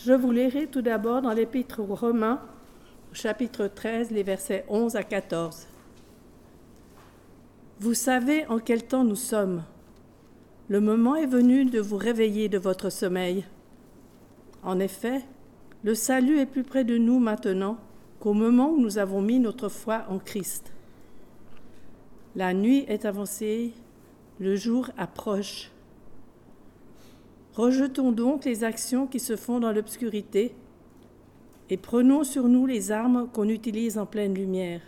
Je vous lirai tout d'abord dans l'Épître aux Romains, au chapitre 13, les versets 11 à 14. Vous savez en quel temps nous sommes. Le moment est venu de vous réveiller de votre sommeil. En effet, le salut est plus près de nous maintenant qu'au moment où nous avons mis notre foi en Christ. La nuit est avancée, le jour approche. Rejetons donc les actions qui se font dans l'obscurité et prenons sur nous les armes qu'on utilise en pleine lumière.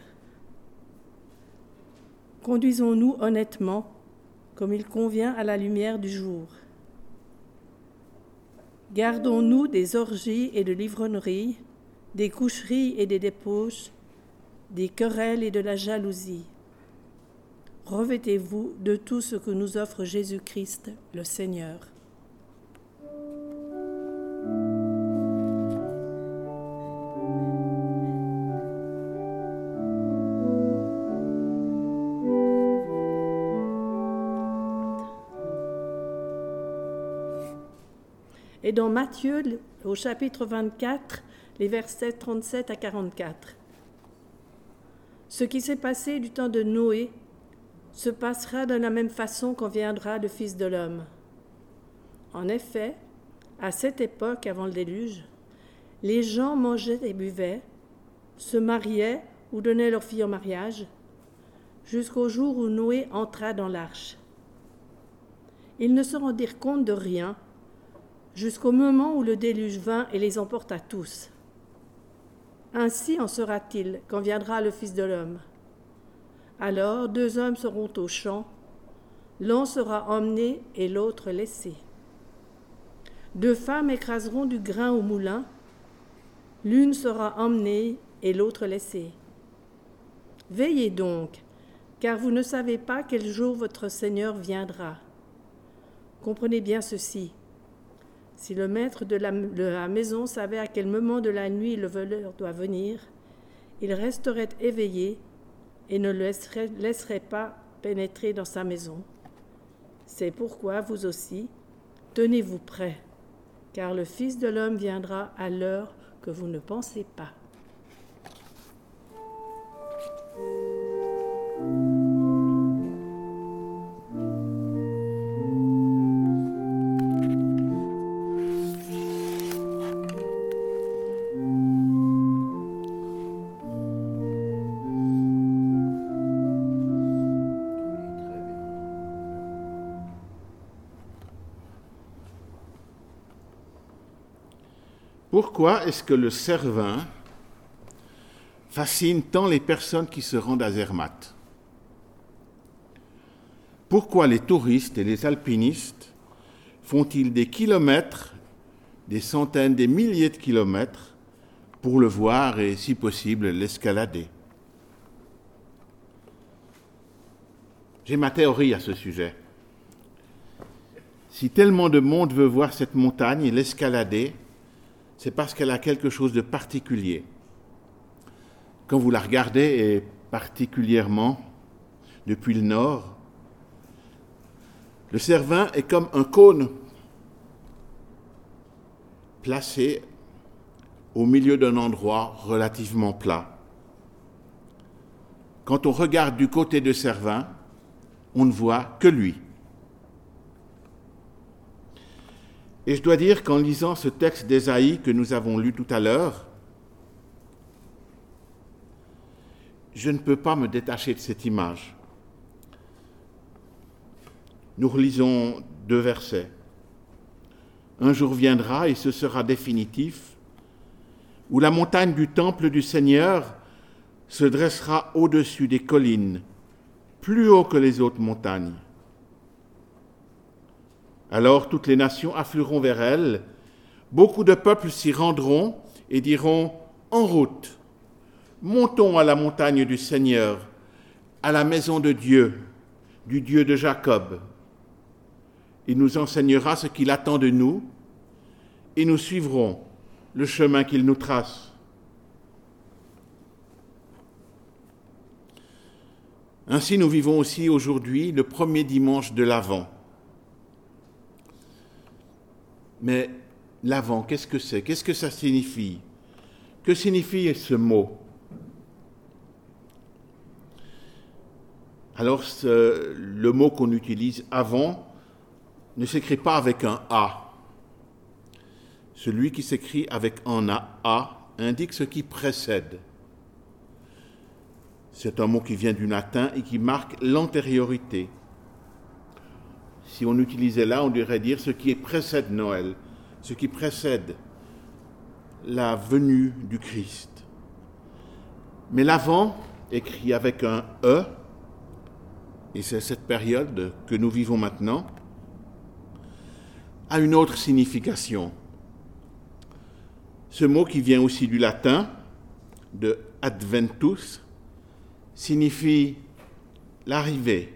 Conduisons-nous honnêtement, comme il convient à la lumière du jour. Gardons-nous des orgies et de l'ivrognerie, des coucheries et des débauches, des querelles et de la jalousie. Revêtez-vous de tout ce que nous offre Jésus-Christ, le Seigneur. Et dans Matthieu, au chapitre 24, les versets 37 à 44. Ce qui s'est passé du temps de Noé se passera de la même façon quand viendra le Fils de l'homme. En effet, à cette époque, avant le déluge, les gens mangeaient et buvaient, se mariaient ou donnaient leurs filles en mariage, jusqu'au jour où Noé entra dans l'arche. Ils ne se rendirent compte de rien, jusqu'au moment où le déluge vint et les emporta tous. Ainsi en sera-t-il quand viendra le Fils de l'homme. Alors 2 hommes seront au champ, l'un sera emmené et l'autre laissé. 2 femmes écraseront du grain au moulin, l'une sera emmenée et l'autre laissée. Veillez donc, car vous ne savez pas quel jour votre Seigneur viendra. Comprenez bien ceci. Si le maître de la maison savait à quel moment de la nuit le voleur doit venir, il resterait éveillé et ne laisserait pas pénétrer dans sa maison. C'est pourquoi vous aussi, tenez-vous prêts, car le Fils de l'homme viendra à l'heure que vous ne pensez pas. Pourquoi est-ce que le Cervin fascine tant les personnes qui se rendent à Zermatt? Pourquoi les touristes et les alpinistes font-ils des kilomètres, des centaines, des milliers de kilomètres pour le voir et, si possible, l'escalader? J'ai ma théorie à ce sujet. Si tellement de monde veut voir cette montagne et l'escalader, c'est parce qu'elle a quelque chose de particulier. Quand vous la regardez, et particulièrement depuis le nord, le Cervin est comme un cône placé au milieu d'un endroit relativement plat. Quand on regarde du côté de Cervin, on ne voit que lui. Et je dois dire qu'en lisant ce texte d'Ésaïe que nous avons lu tout à l'heure, je ne peux pas me détacher de cette image. Nous relisons 2 versets. Un jour viendra et ce sera définitif, où la montagne du temple du Seigneur se dressera au-dessus des collines, plus haut que les autres montagnes. Alors toutes les nations afflueront vers elle, beaucoup de peuples s'y rendront et diront « En route, montons à la montagne du Seigneur, à la maison de Dieu, du Dieu de Jacob. Il nous enseignera ce qu'il attend de nous et nous suivrons le chemin qu'il nous trace. » Ainsi, nous vivons aussi aujourd'hui le premier dimanche de l'Avent. Mais l'avant, qu'est-ce que c'est? Qu'est-ce que ça signifie? Que signifie ce mot? Alors, le mot qu'on utilise avant ne s'écrit pas avec un A. Celui qui s'écrit avec un A indique ce qui précède. C'est un mot qui vient du latin et qui marque l'antériorité. Si on utilisait là, on devrait dire ce qui précède Noël, ce qui précède la venue du Christ. Mais l'avant, écrit avec un E, et c'est cette période que nous vivons maintenant, a une autre signification. Ce mot qui vient aussi du latin, de adventus, signifie l'arrivée.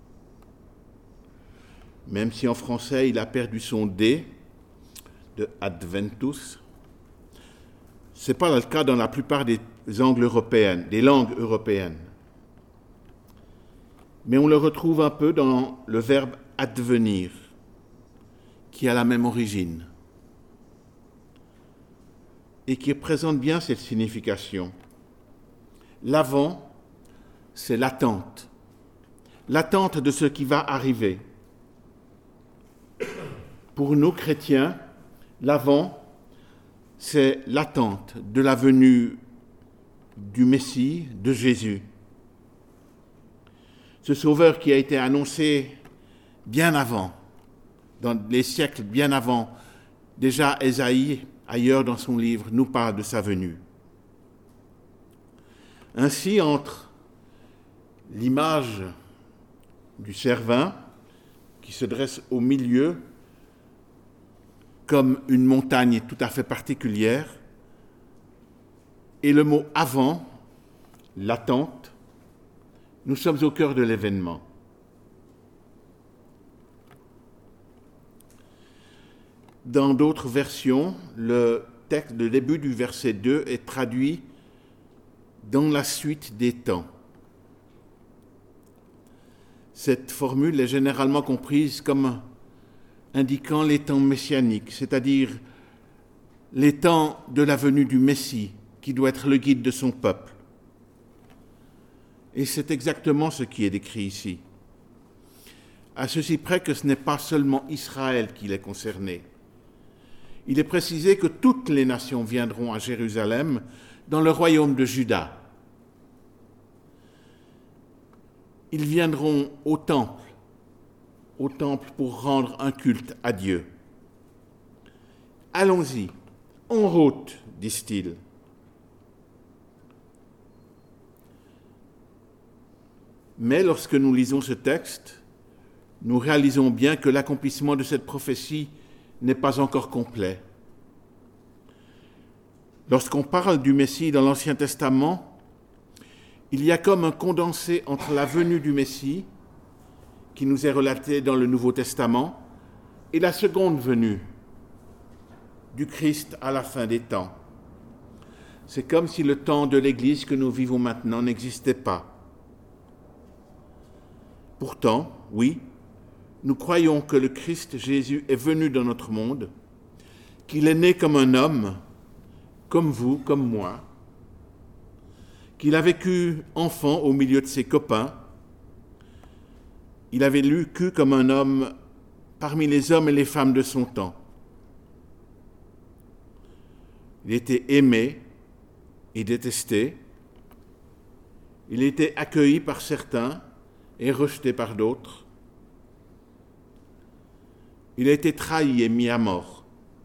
Même si en français il a perdu son D, de adventus, ce n'est pas le cas dans la plupart des langues européennes. Mais on le retrouve un peu dans le verbe advenir, qui a la même origine et qui présente bien cette signification. L'avant, c'est l'attente de ce qui va arriver. Pour nous, chrétiens, l'avant, c'est l'attente de la venue du Messie, de Jésus. Ce Sauveur qui a été annoncé bien avant, dans les siècles bien avant. Déjà, Ésaïe, ailleurs dans son livre, nous parle de sa venue. Ainsi, entre l'image du Cervin, qui se dresse au milieu, comme une montagne tout à fait particulière, et le mot « avant », l'attente, nous sommes au cœur de l'événement. Dans d'autres versions, le texte, le début du verset 2 est traduit « dans la suite des temps ». Cette formule est généralement comprise comme indiquant les temps messianiques, c'est-à-dire les temps de la venue du Messie, qui doit être le guide de son peuple. Et c'est exactement ce qui est décrit ici. À ceci près que ce n'est pas seulement Israël qui est concerné. Il est précisé que toutes les nations viendront à Jérusalem dans le royaume de Juda. Ils viendront au temple pour rendre un culte à Dieu. Allons-y, en route, disent-ils. Mais lorsque nous lisons ce texte, nous réalisons bien que l'accomplissement de cette prophétie n'est pas encore complet. Lorsqu'on parle du Messie dans l'Ancien Testament, il y a comme un condensé entre la venue du Messie, qui nous est relatée dans le Nouveau Testament, et la seconde venue du Christ à la fin des temps. C'est comme si le temps de l'Église que nous vivons maintenant n'existait pas. Pourtant, oui, nous croyons que le Christ Jésus est venu dans notre monde, qu'il est né comme un homme, comme vous, comme moi, qu'il a vécu enfant au milieu de ses copains, il avait vécu comme un homme parmi les hommes et les femmes de son temps. Il était aimé et détesté, il était accueilli par certains et rejeté par d'autres. Il a été trahi et mis à mort.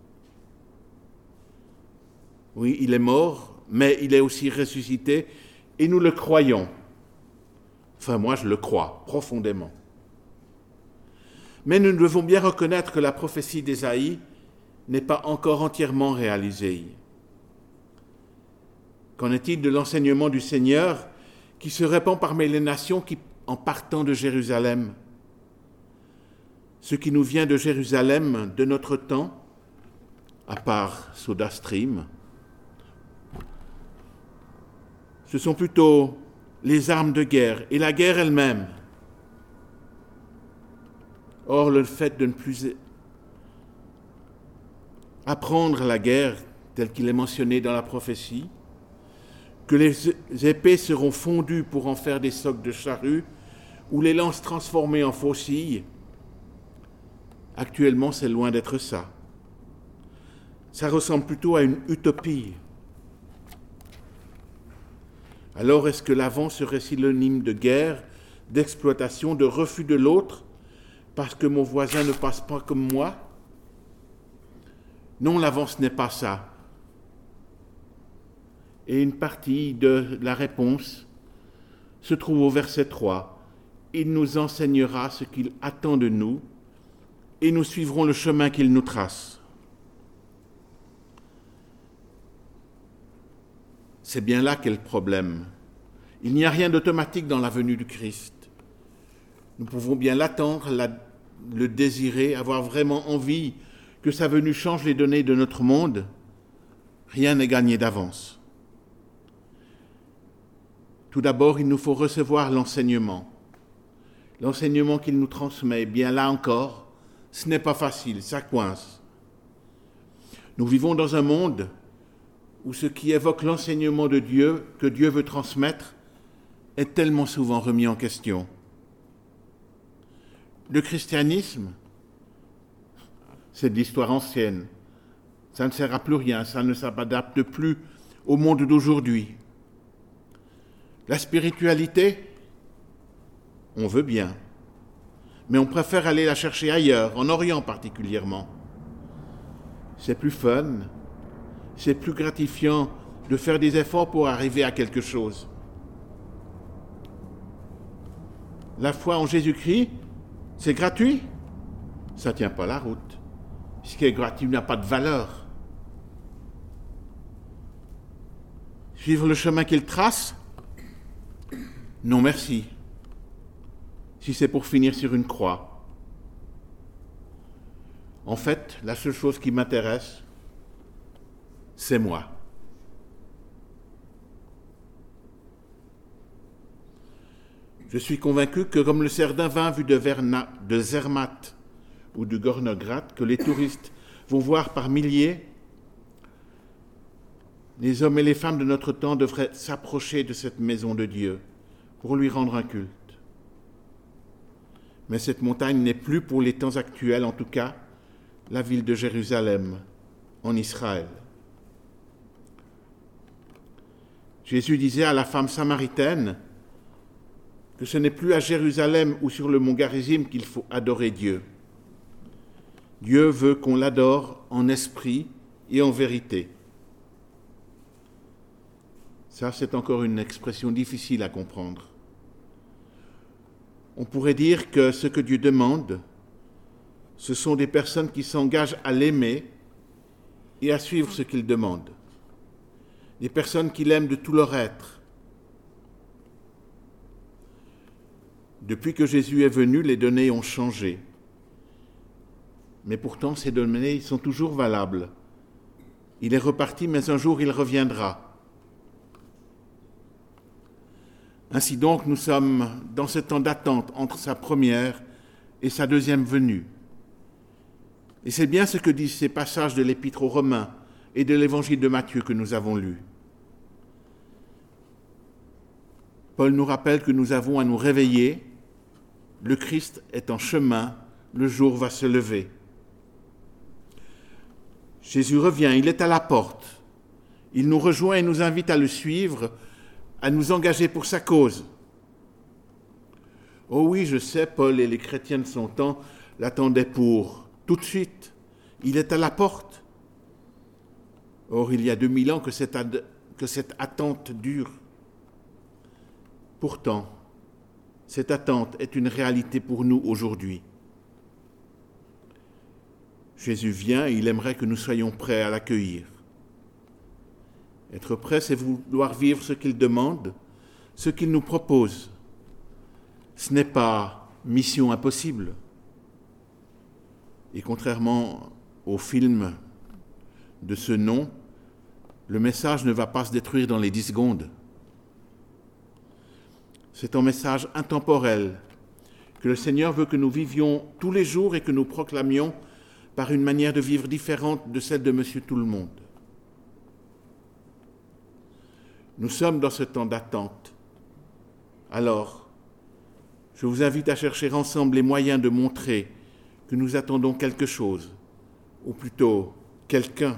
Oui, il est mort, mais il est aussi ressuscité, et nous le croyons. Enfin, moi, je le crois profondément. Mais nous devons bien reconnaître que la prophétie d'Ésaïe n'est pas encore entièrement réalisée. Qu'en est-il de l'enseignement du Seigneur qui se répand parmi les nations en partant de Jérusalem? Ce qui nous vient de Jérusalem, de notre temps, à part SodaStream, ce sont plutôt les armes de guerre et la guerre elle-même. Or, le fait de ne plus apprendre la guerre tel qu'il est mentionné dans la prophétie, que les épées seront fondues pour en faire des socs de charrues ou les lances transformées en faucilles. Actuellement, c'est loin d'être ça. Ça ressemble plutôt à une utopie. Alors, est-ce que l'avant serait synonyme de guerre, d'exploitation, de refus de l'autre, parce que mon voisin ne passe pas comme moi? Non, l'avant, ce n'est pas ça. Et une partie de la réponse se trouve au verset 3. Il nous enseignera ce qu'il attend de nous et nous suivrons le chemin qu'il nous trace. C'est bien là qu'est le problème. Il n'y a rien d'automatique dans la venue du Christ. Nous pouvons bien l'attendre, le désirer, avoir vraiment envie que sa venue change les données de notre monde. Rien n'est gagné d'avance. Tout d'abord, il nous faut recevoir l'enseignement. L'enseignement qu'il nous transmet, bien là encore, ce n'est pas facile, ça coince. Nous vivons dans un monde où ce qui évoque l'enseignement de Dieu, que Dieu veut transmettre, est tellement souvent remis en question. Le christianisme, c'est de l'histoire ancienne. Ça ne sert à plus rien, ça ne s'adapte plus au monde d'aujourd'hui. La spiritualité, on veut bien, mais on préfère aller la chercher ailleurs, en Orient particulièrement. C'est plus fun, c'est plus gratifiant de faire des efforts pour arriver à quelque chose. La foi en Jésus-Christ, c'est gratuit, ça ne tient pas la route. Ce qui est gratuit n'a pas de valeur. Suivre le chemin qu'il trace? Non, merci. Si c'est pour finir sur une croix. En fait, la seule chose qui m'intéresse, c'est moi. Je suis convaincu que comme le cerf d'un vin vu de Zermatt ou de Gornograd, que les touristes vont voir par milliers, les hommes et les femmes de notre temps devraient s'approcher de cette maison de Dieu pour lui rendre un culte. Mais cette montagne n'est plus pour les temps actuels, en tout cas, la ville de Jérusalem, en Israël. Jésus disait à la femme samaritaine que ce n'est plus à Jérusalem ou sur le mont Garizim qu'il faut adorer Dieu. Dieu veut qu'on l'adore en esprit et en vérité. Ça, c'est encore une expression difficile à comprendre. On pourrait dire que ce que Dieu demande, ce sont des personnes qui s'engagent à l'aimer et à suivre ce qu'il demande. Des personnes qui l'aiment de tout leur être. Depuis que Jésus est venu, les données ont changé. Mais pourtant, ces données sont toujours valables. Il est reparti, mais un jour il reviendra. Ainsi donc, nous sommes dans ce temps d'attente entre sa première et sa deuxième venue. Et c'est bien ce que disent ces passages de l'Épître aux Romains et de l'Évangile de Matthieu que nous avons lus. Paul nous rappelle que nous avons à nous réveiller. Le Christ est en chemin, le jour va se lever. Jésus revient, il est à la porte. Il nous rejoint et nous invite à le suivre, à nous engager pour sa cause. Oh oui, je sais, Paul et les chrétiens de son temps l'attendaient pour tout de suite. Il est à la porte. Or, il y a 2000 ans que cette attente dure. Pourtant, cette attente est une réalité pour nous aujourd'hui. Jésus vient et il aimerait que nous soyons prêts à l'accueillir. Être prêt, c'est vouloir vivre ce qu'il demande, ce qu'il nous propose. Ce n'est pas mission impossible. Et contrairement au film de ce nom, le message ne va pas se détruire dans les 10 secondes. C'est un message intemporel que le Seigneur veut que nous vivions tous les jours et que nous proclamions par une manière de vivre différente de celle de Monsieur Tout-le-Monde. Nous sommes dans ce temps d'attente. Alors, je vous invite à chercher ensemble les moyens de montrer que nous attendons quelque chose, ou plutôt quelqu'un.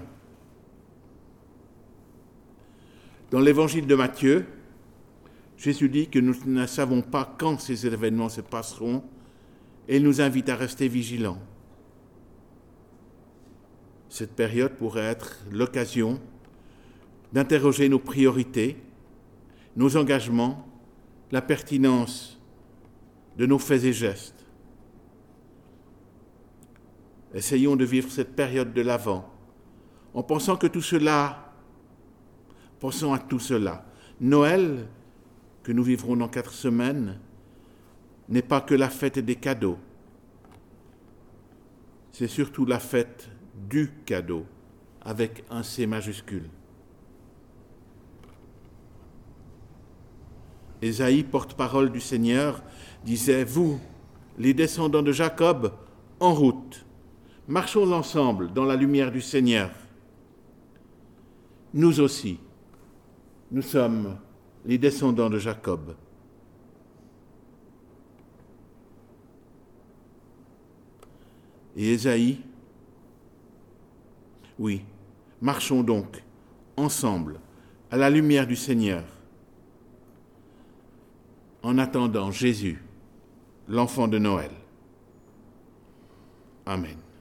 Dans l'évangile de Matthieu, Jésus dit que nous ne savons pas quand ces événements se passeront et il nous invite à rester vigilants. Cette période pourrait être l'occasion d'interroger nos priorités, nos engagements, la pertinence de nos faits et gestes. Essayons de vivre cette période de l'Avent en pensant à tout cela. Noël, que nous vivrons dans 4 semaines, n'est pas que la fête des cadeaux. C'est surtout la fête du cadeau, avec un C majuscule. Ésaïe, porte-parole du Seigneur, disait « Vous, les descendants de Jacob, en route, marchons ensemble dans la lumière du Seigneur. » Nous aussi, nous sommes les descendants de Jacob. Et Ésaïe, oui, marchons donc ensemble à la lumière du Seigneur, en attendant Jésus, l'enfant de Noël. Amen.